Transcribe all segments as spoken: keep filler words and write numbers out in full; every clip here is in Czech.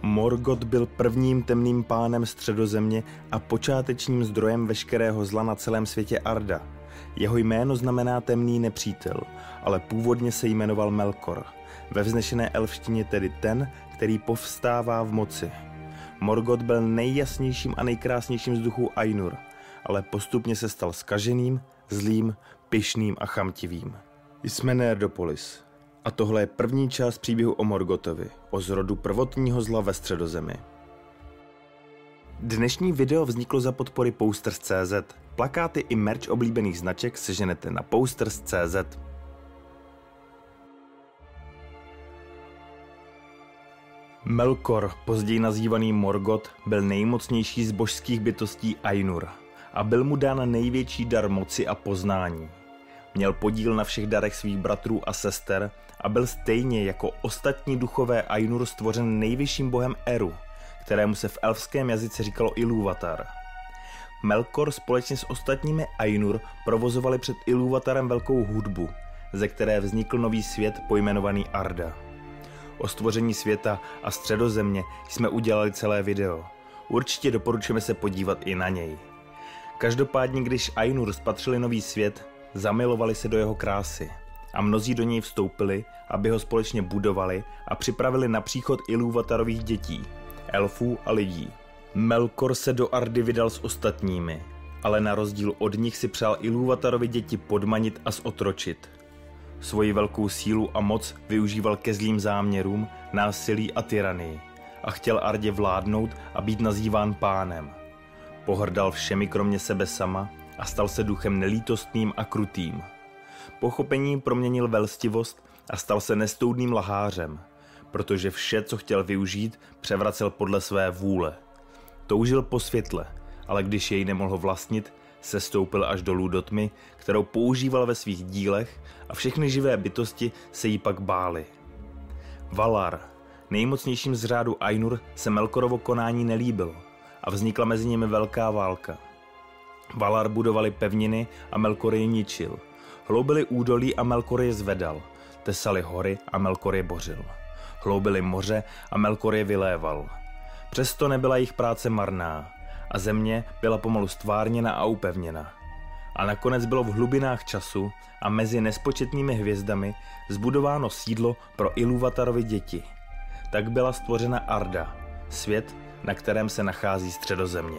Morgoth byl prvním temným pánem Středozemě a počátečním zdrojem veškerého zla na celém světě Arda. Jeho jméno znamená temný nepřítel, ale původně se jmenoval Melkor. Ve vznešené elfštině tedy ten, který povstává v moci. Morgoth byl nejjasnějším a nejkrásnějším z duchů Ainur, ale postupně se stal zkaženým, zlým, pyšným a chamtivým. Jsme Nerdopolis. A tohle je první část příběhu o Morgothovi, o zrodu prvotního zla ve Středozemi. Dnešní video vzniklo za podpory Posters tečka cé zet. Plakáty i merch oblíbených značek seženete na Posters tečka cé zet. Melkor, později nazývaný Morgoth, byl nejmocnější z božských bytostí Ainur a byl mu dán největší dar moci a poznání. Měl podíl na všech darech svých bratrů a sester a byl stejně jako ostatní duchové Ainur stvořen nejvyšším bohem Eru, kterému se v elfském jazyce říkalo Ilúvatar. Melkor společně s ostatními Ainur provozovali před Ilúvatarem velkou hudbu, ze které vznikl nový svět pojmenovaný Arda. O stvoření světa a Středozemě jsme udělali celé video. Určitě doporučujeme se podívat i na něj. Každopádně, když Ainur spatřili nový svět, zamilovali se do jeho krásy a mnozí do něj vstoupili, aby ho společně budovali a připravili na příchod Ilúvatarových dětí, elfů a lidí. Melkor se do Ardy vydal s ostatními, ale na rozdíl od nich si přál Ilúvatarovi děti podmanit a zotročit. Svoji velkou sílu a moc využíval ke zlým záměrům, násilí a tyranii a chtěl Ardě vládnout a být nazýván pánem. Pohrdal všemi kromě sebe sama a stal se duchem nelítostným a krutým. Pochopení proměnil ve lstivost a stal se nestoudným lhářem, protože vše, co chtěl využít, převracel podle své vůle. Toužil po světle, ale když jej nemohl vlastnit, sestoupil až dolů do tmy, kterou používal ve svých dílech a všechny živé bytosti se jí pak bály. Valar, nejmocnějším z řádu Ainur, se Melkorovo konání nelíbilo a vznikla mezi nimi velká válka. Valar budovali pevniny a Melkor je ničil. Hloubili údolí a Melkor je zvedal. Tesali hory a Melkor je bořil. Hloubili moře a Melkor je vyléval. Přesto nebyla jejich práce marná a země byla pomalu stvárněna a upevněna. A nakonec bylo v hlubinách času a mezi nespočetnými hvězdami zbudováno sídlo pro Ilúvatarovi děti. Tak byla stvořena Arda, svět, na kterém se nachází Středozemě.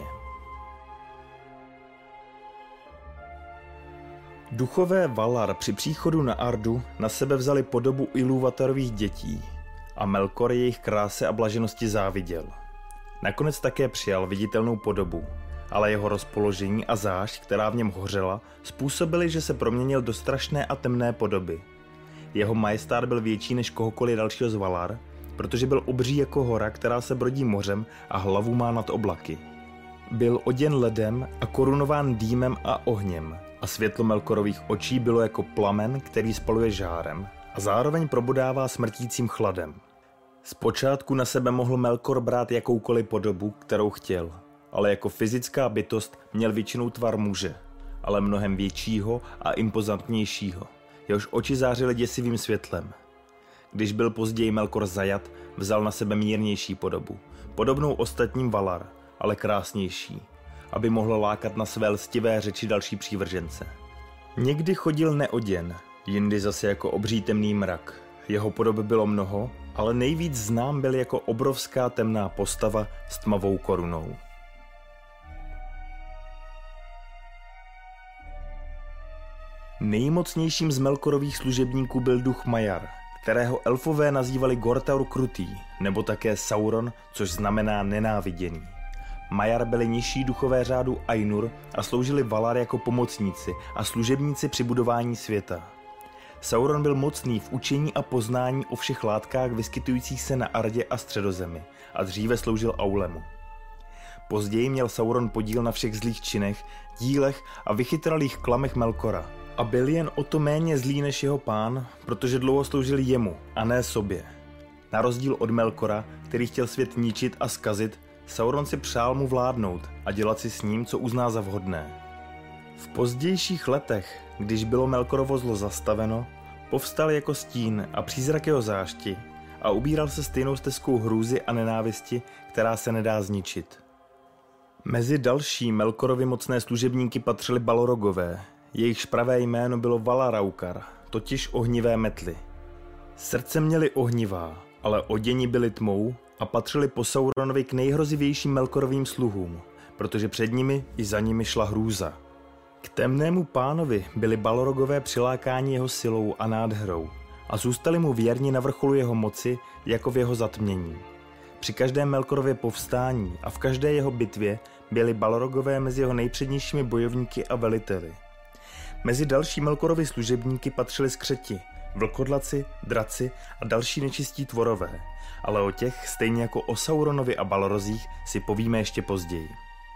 Duchové Valar při příchodu na Ardu na sebe vzali podobu Ilúvatarových dětí a Melkor jejich kráse a blaženosti záviděl. Nakonec také přijal viditelnou podobu, ale jeho rozpoložení a zášť, která v něm hořela, způsobily, že se proměnil do strašné a temné podoby. Jeho majestát byl větší než kohokoliv dalšího z Valar, protože byl obří jako hora, která se brodí mořem a hlavu má nad oblaky. Byl oděn ledem a korunován dýmem a ohněm a světlo Melkorových očí bylo jako plamen, který spaluje žárem a zároveň probodává smrtícím chladem. Zpočátku na sebe mohl Melkor brát jakoukoliv podobu, kterou chtěl, ale jako fyzická bytost měl většinou tvar muže, ale mnohem většího a impozantnějšího, jehož oči zářily děsivým světlem. Když byl později Melkor zajat, vzal na sebe mírnější podobu, podobnou ostatním Valar, ale krásnější, aby mohl lákat na své lstivé řeči další přívržence. Někdy chodil neoděn, jindy zase jako obří temný mrak. Jeho podob bylo mnoho, ale nejvíc znám byl jako obrovská temná postava s tmavou korunou. Nejmocnějším z Melkorových služebníků byl duch Majar, kterého elfové nazývali Gortaur Krutý, nebo také Sauron, což znamená nenáviděný. Majar byli nižší duchové řádu Ainur a sloužili Valar jako pomocníci a služebníci při budování světa. Sauron byl mocný v učení a poznání o všech látkách vyskytujících se na Ardě a Středozemi a dříve sloužil Aulemu. Později měl Sauron podíl na všech zlých činech, dílech a vychytralých klamech Melkora a byl jen o to méně zlý než jeho pán, protože dlouho sloužil jemu a ne sobě. Na rozdíl od Melkora, který chtěl svět ničit a zkazit, Sauron si přál mu vládnout a dělat si s ním, co uzná za vhodné. V pozdějších letech, když bylo Melkorovo zlo zastaveno, povstal jako stín a přízrak jeho zášti a ubíral se stejnou stezkou hrůzy a nenávisti, která se nedá zničit. Mezi další Melkorovi mocné služebníky patřili Balrogové. Jejich pravé jméno bylo Valaraukar, totiž ohnivé metly. Srdce měli ohnivá, ale oděni byli tmou a patřili po Sauronovi k nejhrozivějším Melkorovým sluhům, protože před nimi i za nimi šla hrůza. K temnému pánovi byli Balrogové přilákáni jeho silou a nádherou a zůstali mu věrni na vrcholu jeho moci jako v jeho zatmění. Při každém Melkorově povstání a v každé jeho bitvě byli Balrogové mezi jeho nejpřednějšími bojovníky a veliteli. Mezi další Melkorovy služebníky patřili skřeti, vlkodlaci, draci a další nečistí tvorové, ale o těch, stejně jako o Sauronovi a Balrozích, si povíme ještě později.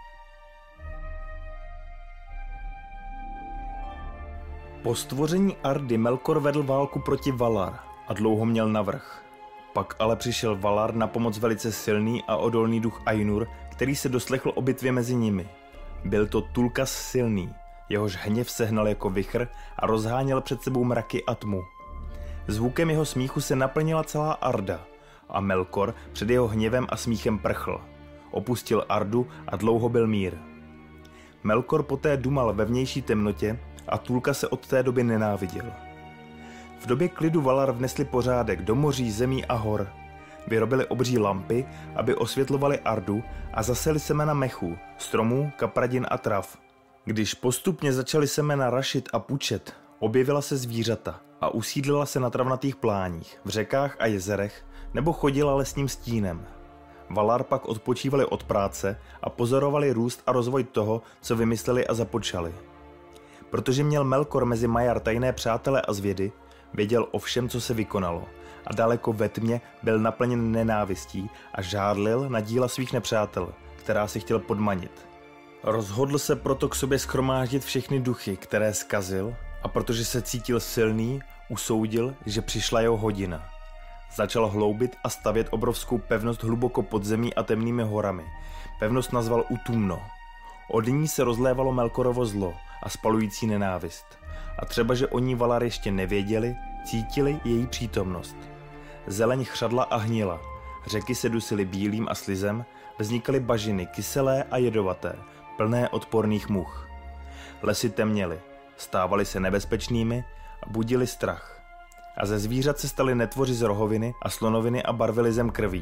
Po stvoření Ardy Melkor vedl válku proti Valar a dlouho měl navrch. Pak ale přišel Valar na pomoc velice silný a odolný duch Ainur, který se doslechl o bitvě mezi nimi. Byl to Tulkas silný, jehož hněv sehnal jako vichr a rozháněl před sebou mraky a tmu. Zvukem jeho smíchu se naplnila celá Arda a Melkor před jeho hněvem a smíchem prchl. Opustil Ardu a dlouho byl mír. Melkor poté dumal ve vnější temnotě a Tulka se od té doby nenáviděl. V době klidu Valar vnesli pořádek do moří, zemí a hor. Vyrobili obří lampy, aby osvětlovali Ardu a zaseli semena mechů, stromů, kapradin a trav. Když postupně začaly semena rašit a pučet, objevila se zvířata a usídlila se na travnatých pláních, v řekách a jezerech nebo chodila lesním stínem. Valar pak odpočívali od práce a pozorovali růst a rozvoj toho, co vymysleli a započali. Protože měl Melkor mezi Majar tajné přátele a zvědy, věděl o všem, co se vykonalo a daleko ve tmě byl naplněn nenávistí a žádlil na díla svých nepřátel, která si chtěl podmanit. Rozhodl se proto k sobě shromáždit všechny duchy, které zkazil, a protože se cítil silný, usoudil, že přišla jeho hodina. Začal hloubit a stavět obrovskou pevnost hluboko pod zemí a temnými horami. Pevnost nazval Utumno. Od ní se rozlévalo Melkorovo zlo a spalující nenávist. A třeba, že o ní Valar ještě nevěděli, cítili její přítomnost. Zeleň chřadla a hnila, řeky se dusily bílým a slizem, vznikaly bažiny kyselé a jedovaté, plné odporných much. Lesy temněly, stávaly se nebezpečnými a budili strach. A ze zvířat se staly netvoři z rohoviny a slonoviny a barvili zem krví.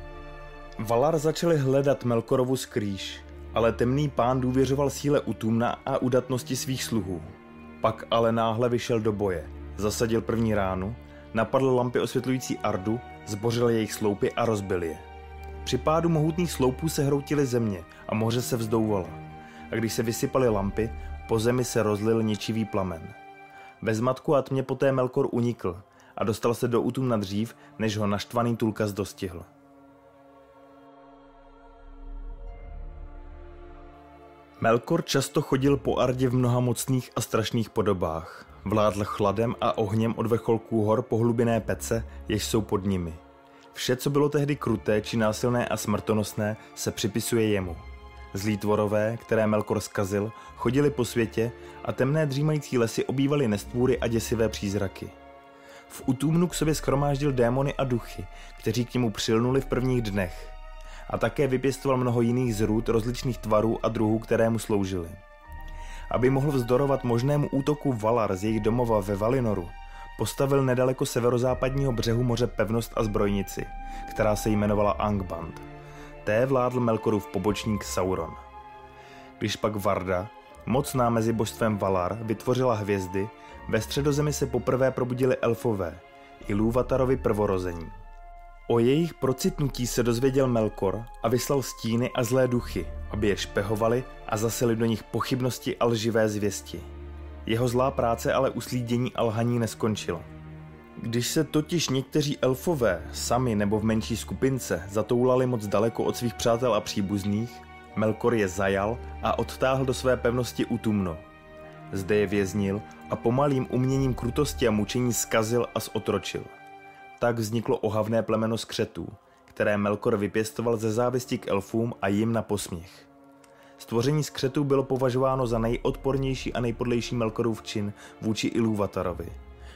Valar začali hledat Melkorovu skrýš, ale temný pán důvěřoval síle Utumna a udatnosti svých sluhů. Pak ale náhle vyšel do boje, zasadil první ránu, napadl lampy osvětlující Ardu, zbořil jejich sloupy a rozbil je. Při pádu mohutných sloupů se hroutily země a moře se vzdouvala. A když se vysypaly lampy, po zemi se rozlil ničivý plamen. Ve zmatku a tmě poté Melkor unikl a dostal se do Utumna dřív, než ho naštvaný Tulkas dostihl. Melkor často chodil po Ardě v mnoha mocných a strašných podobách. Vládl chladem a ohněm od vrcholků hor po hlubiné pece, jež jsou pod nimi. Vše, co bylo tehdy kruté či násilné a smrtonosné, se připisuje jemu. Zlí tvorové, které Melkor zkazil, chodili po světě a temné dřímající lesy obývaly nestvůry a děsivé přízraky. V Utumnu k sobě shromáždil démony a duchy, kteří k němu přilnuli v prvních dnech. A také vypěstoval mnoho jiných zrůd rozličných tvarů a druhů, které mu sloužily. Aby mohl vzdorovat možnému útoku Valar z jejich domova ve Valinoru, postavil nedaleko severozápadního břehu moře pevnost a zbrojnici, která se jmenovala Angband. Té vládl Melkorův pobočník Sauron. Když pak Varda, mocná mezi božstvem Valar, vytvořila hvězdy, ve středozemi se poprvé probudili elfové, Ilúvatarovi prvorození. O jejich procitnutí se dozvěděl Melkor a vyslal stíny a zlé duchy, aby je špehovali a zaseli do nich pochybnosti a lživé zvěsti. Jeho zlá práce ale u slídění a lhaní neskončila. Když se totiž někteří elfové, sami nebo v menší skupince, zatoulali moc daleko od svých přátel a příbuzných, Melkor je zajal a odtáhl do své pevnosti Utumno. Zde je věznil a pomalým uměním krutosti a mučení zkazil a zotročil. Tak vzniklo ohavné plemeno skřetů, které Melkor vypěstoval ze závisti k elfům a jim na posměch. Stvoření skřetů bylo považováno za nejodpornější a nejpodlejší Melkorův čin vůči Ilúvatarovi.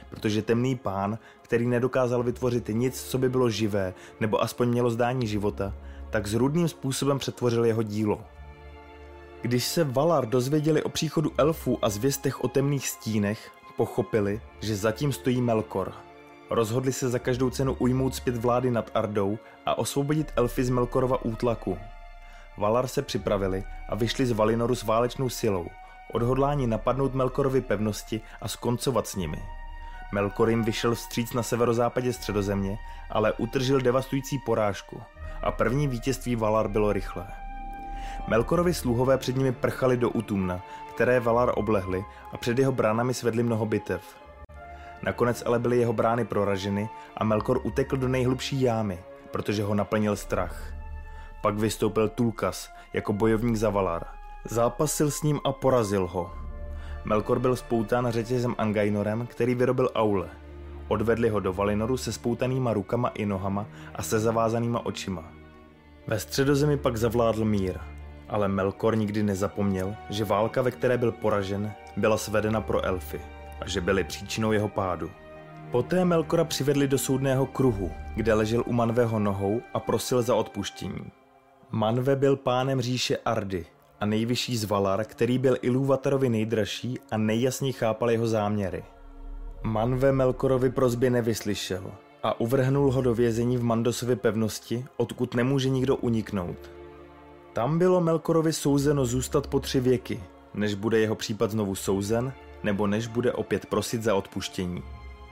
protože temný pán, který nedokázal vytvořit nic, co by bylo živé, nebo aspoň mělo zdání života, tak zrůdným způsobem přetvořil jeho dílo. Když se Valar dozvěděli o příchodu elfů a zvěstech o temných stínech, pochopili, že zatím stojí Melkor. Rozhodli se za každou cenu ujmout zpět vlády nad Ardou a osvobodit elfy z Melkorova útlaku. Valar se připravili a vyšli z Valinoru s válečnou silou, odhodláni napadnout Melkorovy pevnosti a skoncovat s nimi. Melkor jim vyšel vstříc na severozápadě Středozemě, ale utržil devastující porážku a první vítězství Valar bylo rychlé. Melkorovi sluhové před nimi prchali do Utumna, které Valar oblehli a před jeho bránami svedli mnoho bitev. Nakonec ale byly jeho brány proraženy a Melkor utekl do nejhlubší jámy, protože ho naplnil strach. Pak vystoupil Tulkas jako bojovník za Valar. Zápasil s ním a porazil ho. Melkor byl spoután řetězem Angainorem, který vyrobil Aule. Odvedli ho do Valinoru se spoutanýma rukama i nohama a se zavázanýma očima. Ve Středozemi pak zavládl mír, ale Melkor nikdy nezapomněl, že válka, ve které byl poražen, byla svedena pro elfy a že byly příčinou jeho pádu. Poté Melkora přivedli do soudného kruhu, kde ležel u Manveho nohou a prosil za odpuštění. Manve byl pánem říše Ardy a nejvyšší z Valar, který byl Ilúvatarovi nejdražší a nejjasněji chápal jeho záměry. Manve Melkorovi prosby nevyslyšel a uvrhnul ho do vězení v Mandosově pevnosti, odkud nemůže nikdo uniknout. Tam bylo Melkorovi souzeno zůstat po tři věky, než bude jeho případ znovu souzen, nebo než bude opět prosit za odpuštění.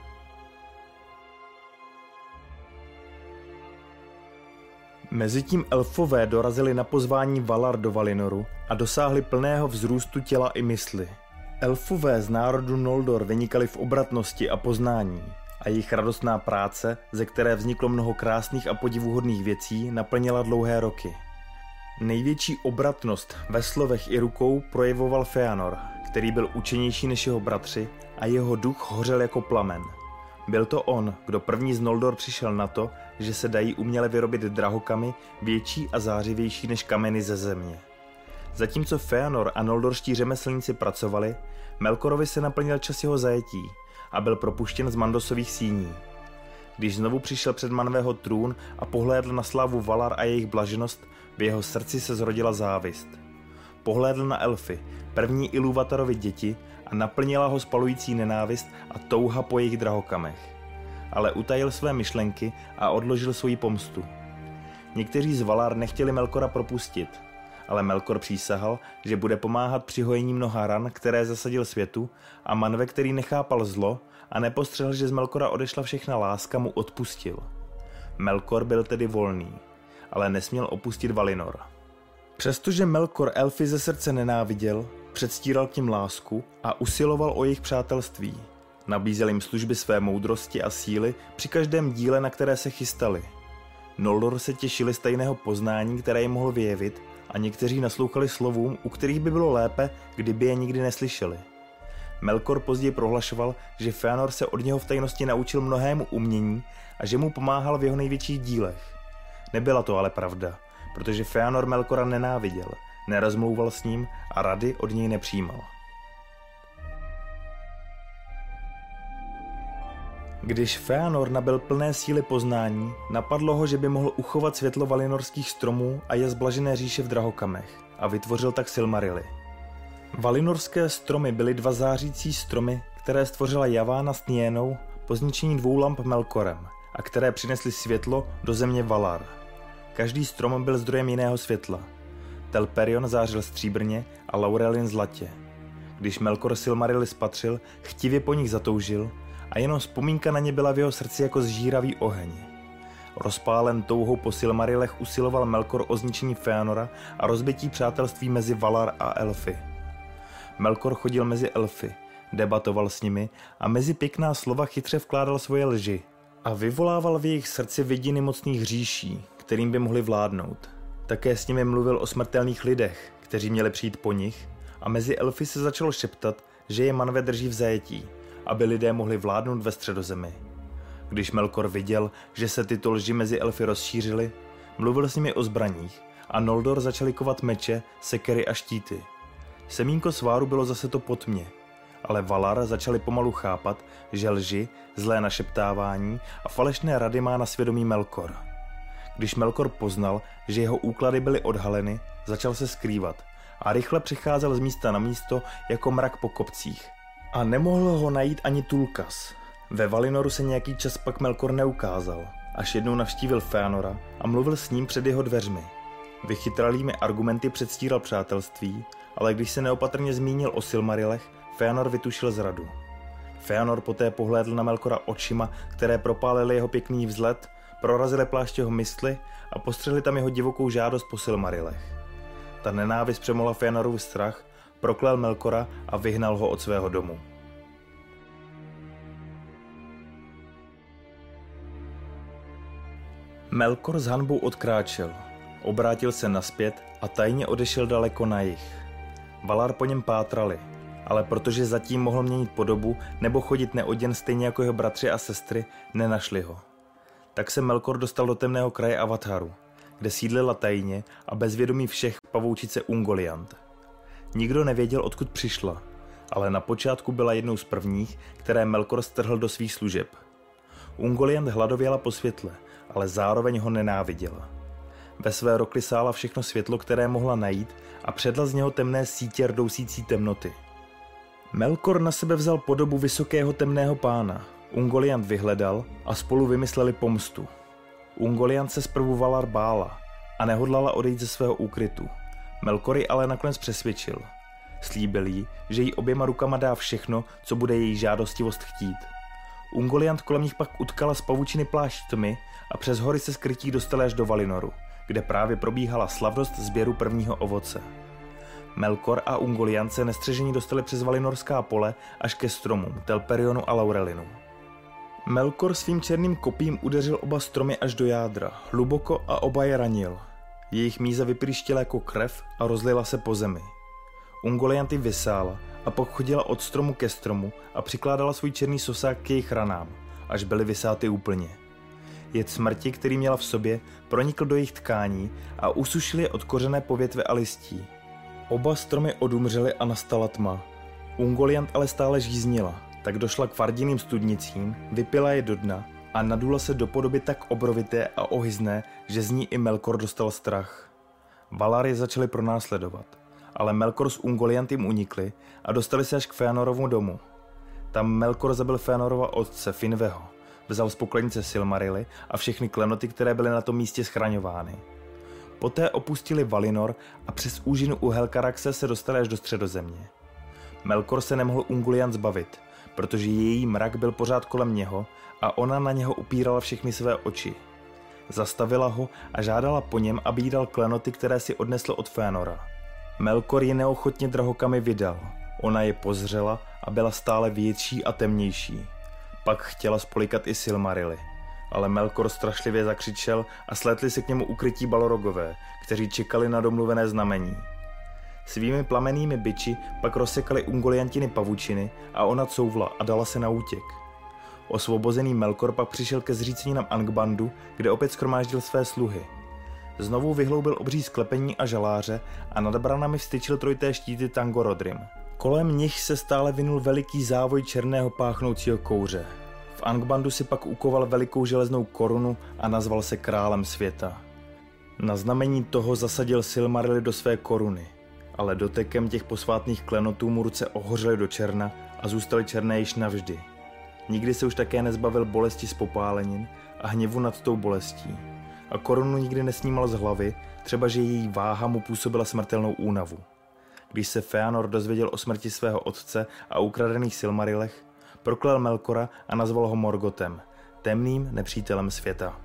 Mezitím elfové dorazili na pozvání Valar do Valinoru a dosáhli plného vzrůstu těla i mysli. Elfové z národu Noldor vynikali v obratnosti a poznání a jejich radostná práce, ze které vzniklo mnoho krásných a podivuhodných věcí, naplnila dlouhé roky. Největší obratnost ve slovech i rukou projevoval Feanor, který byl učenější než jeho bratři a jeho duch hořel jako plamen. Byl to on, kdo první z Noldor přišel na to, že se dají uměle vyrobit drahokamy větší a zářivější než kameny ze země. Zatímco Feanor a noldorští řemeslníci pracovali, Melkorovi se naplnil čas jeho zajetí a byl propuštěn z Mandosových síní. Když znovu přišel před Manveho trůn a pohlédl na slávu Valar a jejich blaženost, v jeho srdci se zrodila závist. Pohlédl na elfy, první Ilúvatarovi děti, a naplnila ho spalující nenávist a touha po jejich drahokamech. Ale utajil své myšlenky a odložil svoji pomstu. Někteří z Valar nechtěli Melkora propustit, ale Melkor přísahal, že bude pomáhat při hojení mnoha ran, které zasadil světu, a Manve, který nechápal zlo a nepostřehl, že z Melkora odešla všechna láska, mu odpustil. Melkor byl tedy volný, ale nesměl opustit Valinor. Přestože Melkor elfy ze srdce nenáviděl, předstíral k nim lásku a usiloval o jejich přátelství. Nabízel jim služby své moudrosti a síly při každém díle, na které se chystali. Noldor se těšili z tajného poznání, které jim mohl vyjevit, a někteří naslouchali slovům, u kterých by bylo lépe, kdyby je nikdy neslyšeli. Melkor později prohlašoval, že Feanor se od něho v tajnosti naučil mnohému umění a že mu pomáhal v jeho největších dílech. Nebyla to ale pravda, protože Feanor Melkora nenáviděl, nerozmlouval s ním a rady od něj nepřijímal. Když Feanor nabyl plné síly poznání, napadlo ho, že by mohl uchovat světlo valinorských stromů a je zblažené říše v drahokamech a vytvořil tak Silmarily. Valinorské stromy byly dva zářící stromy, které stvořila Yavanna s Niénou po zničení dvou lamp Melkorem a které přinesly světlo do země Valar. Každý strom byl zdrojem jiného světla. Telperion zářil stříbrně a Laurelin zlatě. Když Melkor Silmarily spatřil, chtivě po nich zatoužil a jenom vzpomínka na ně byla v jeho srdci jako zžíravý oheň. Rozpálen touhou po Silmarilech usiloval Melkor o zničení Feanora a rozbití přátelství mezi Valar a elfy. Melkor chodil mezi elfy, debatoval s nimi a mezi pěkná slova chytře vkládal svoje lži a vyvolával v jejich srdci vidiny mocných říší, kterým by mohli vládnout. Také s nimi mluvil o smrtelných lidech, kteří měli přijít po nich, a mezi elfy se začalo šeptat, že je Manve drží v zajetí, aby lidé mohli vládnout ve Středozemi. Když Melkor viděl, že se tyto lži mezi elfy rozšířily, mluvil s nimi o zbraních a Noldor začali kovat meče, sekery a štíty. Semínko sváru bylo zase to po tmě ale Valar začali pomalu chápat, že lži, zlé našeptávání a falešné rady má na svědomí Melkor. Když Melkor poznal, že jeho úklady byly odhaleny, začal se skrývat a rychle přicházel z místa na místo jako mrak po kopcích. A nemohl ho najít ani Tulkas. Ve Valinoru se nějaký čas pak Melkor neukázal, až jednou navštívil Feanora a mluvil s ním před jeho dveřmi. Vychytralými argumenty předstíral přátelství, ale když se neopatrně zmínil o Silmarilech, Feanor vytušil zradu. Feanor poté pohlédl na Melkora očima, které propálily jeho pěkný vzhled, prorazily plášť jeho mysli a postřehli tam jeho divokou žádost po Silmarilech. Ta nenávist přemohla Feanorův strach, proklel Melkora a vyhnal ho od svého domu. Melkor s hanbou odkráčel, obrátil se nazpět a tajně odešel daleko na jih. Valar po něm pátrali, ale protože zatím mohl měnit podobu nebo chodit neoděn stejně jako jeho bratři a sestry, nenašli ho. Tak se Melkor dostal do temného kraje Avatharu, kde sídlila tajně a bez vědomí všech pavoučice Ungoliant. Nikdo nevěděl, odkud přišla, ale na počátku byla jednou z prvních, které Melkor strhl do svých služeb. Ungoliant hladověla po světle, ale zároveň ho nenáviděla. Ve své rokli sála všechno světlo, které mohla najít, a předla z něho temné sítě rdousící temnoty. Melkor na sebe vzal podobu vysokého temného pána. Ungoliant vyhledal a spolu vymysleli pomstu. Ungoliant se zprvu Valar bála a nehodlala odejít ze svého úkrytu. Melkor ji ale nakonec přesvědčil. Slíbil jí, že jí oběma rukama dá všechno, co bude její žádostivost chtít. Ungoliant kolem nich pak utkala z pavučiny plášť tmy a přes hory se skrytí dostali až do Valinoru, kde právě probíhala slavnost sběru prvního ovoce. Melkor a Ungoliant se nestřežení dostali přes valinorská pole až ke stromům Telperionu a Laurelinu. Melkor svým černým kopím udeřil oba stromy až do jádra, hluboko, a oba je ranil. Jejich míza vyprýštila jako krev a rozlila se po zemi. Ungoliant ji vysála a pak chodila od stromu ke stromu a přikládala svůj černý sosák k jejich ranám, až byly vysáty úplně. Jed smrti, který měla v sobě, pronikl do jejich tkání a usušil je od kořené povětve a listí. Oba stromy odumřely a nastala tma. Ungoliant ale stále žíznila, tak došla k vardinným studnicím, vypila je do dna a nadula se do podoby tak obrovité a ohyzné, že z ní i Melkor dostal strach. Valar je začali pronásledovat, ale Melkor s Ungoliant jim unikli a dostali se až k Feanorovu domu. Tam Melkor zabil Feanorova otce Finveho, vzal z pokladnice Silmarily a všechny klenoty, které byly na tom místě schraňovány. Poté opustili Valinor a přes úžinu u Helcaraxe se dostali až do Středozemě. Melkor se nemohl Ungoliant zbavit, protože její mrak byl pořád kolem něho a ona na něho upírala všechny své oči. Zastavila ho a žádala po něm, aby jí dal klenoty, které si odnesl od Feanora. Melkor ji neochotně drahokamy vydal. Ona je pozřela a byla stále větší a temnější. Pak chtěla spolikat i Silmarily, ale Melkor strašlivě zakřičel a slétli se k němu ukrytí Balrogové, kteří čekali na domluvené znamení. Svými plamenými biči pak rozsekali Ungoliantiny pavučiny a ona couvla a dala se na útěk. Osvobozený Melkor pak přišel ke zříceninám Angbandu, kde opět shromáždil své sluhy. Znovu vyhloubil obří sklepení a žaláře a nad branami vstyčil trojité štíty Tangorodrim. Kolem nich se stále vinul veliký závoj černého páchnoucího kouře. V Angbandu si pak ukoval velikou železnou korunu a nazval se králem světa. Na znamení toho zasadil Silmarily do své koruny, ale dotekem těch posvátných klenotů mu ruce ohořely do černa a zůstaly černé již navždy. Nikdy se už také nezbavil bolesti z popálenin a hněvu nad tou bolestí. A korunu nikdy nesnímal z hlavy, třeba že její váha mu působila smrtelnou únavu. Když se Feanor dozvěděl o smrti svého otce a ukradených Silmarilech, proklel Melkora a nazval ho Morgotem, temným nepřítelem světa.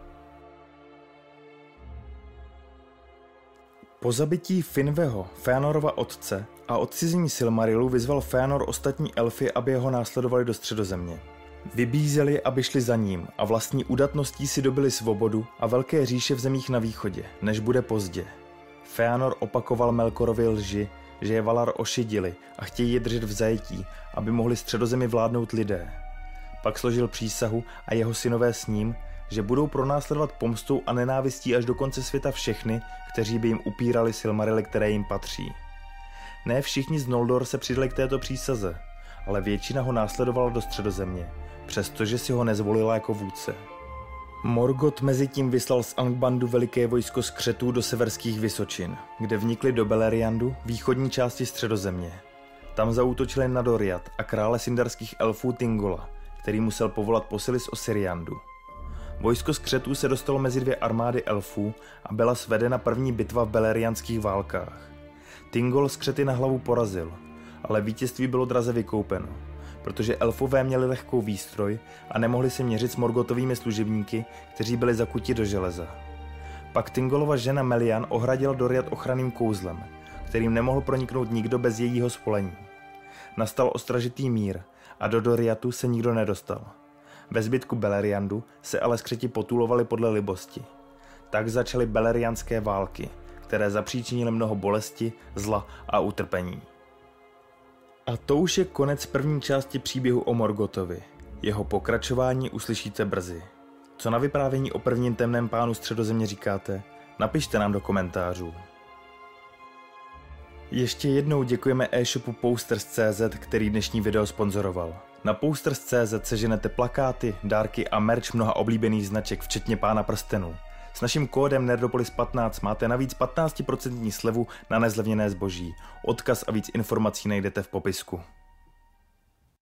Po zabití Finveho, Feanorova otce, a odcizení Silmarilů vyzval Feanor ostatní elfy, aby jeho následovali do Středozemě. Vybízeli, aby šli za ním a vlastní udatností si dobili svobodu a velké říše v zemích na východě, než bude pozdě. Feanor opakoval Melkorovi lži, že je Valar ošidili a chtějí je držet v zajetí, aby mohli Středozemi vládnout lidé. Pak složil přísahu a jeho synové s ním, že budou pronásledovat pomstou a nenávistí až do konce světa všechny, kteří by jim upírali Silmarily, které jim patří. Ne všichni z Noldor se přidali k této přísaze. ale většina ho následovala do Středozemě, přestože si ho nezvolila jako vůdce. Morgoth mezitím vyslal z Angbandu veliké vojsko skřetů do severských Vysočin, kde vnikli do Beleriandu, východní části Středozemě. Tam zaútočili na Doriath a krále sindarských elfů Tingola, který musel povolat posily z Osiriandu. Vojsko skřetů se dostalo mezi dvě armády elfů a byla svedena první bitva v beleriandských válkách. Tingol skřety na hlavu porazil, ale vítězství bylo draze vykoupeno, protože elfové měli lehkou výstroj a nemohli se měřit s Morgothovými služebníky, kteří byli zakuti do železa. Pak Tingolova žena Melian ohradila Doriath ochranným kouzlem, kterým nemohl proniknout nikdo bez jejího svolení. Nastal ostražitý mír a do Doriathu se nikdo nedostal. Ve zbytku Beleriandu se ale skřeti potulovali podle libosti. Tak začaly beleriandské války, které zapříčinily mnoho bolesti, zla a utrpení. A to už je konec první části příběhu o Morgothovi. Jeho pokračování uslyšíte brzy. Co na vyprávění o prvním temném pánu Středozemě říkáte? Napište nám do komentářů. Ještě jednou děkujeme e-shopu Posters tečka cé zet, který dnešní video sponzoroval. Na Posters tečka cé zet seženete plakáty, dárky a merch mnoha oblíbených značek, včetně Pána prstenů. S naším kódem Nerdopolis patnáct máte navíc patnáct procent slevu na nezlevněné zboží. Odkaz a víc informací najdete v popisku.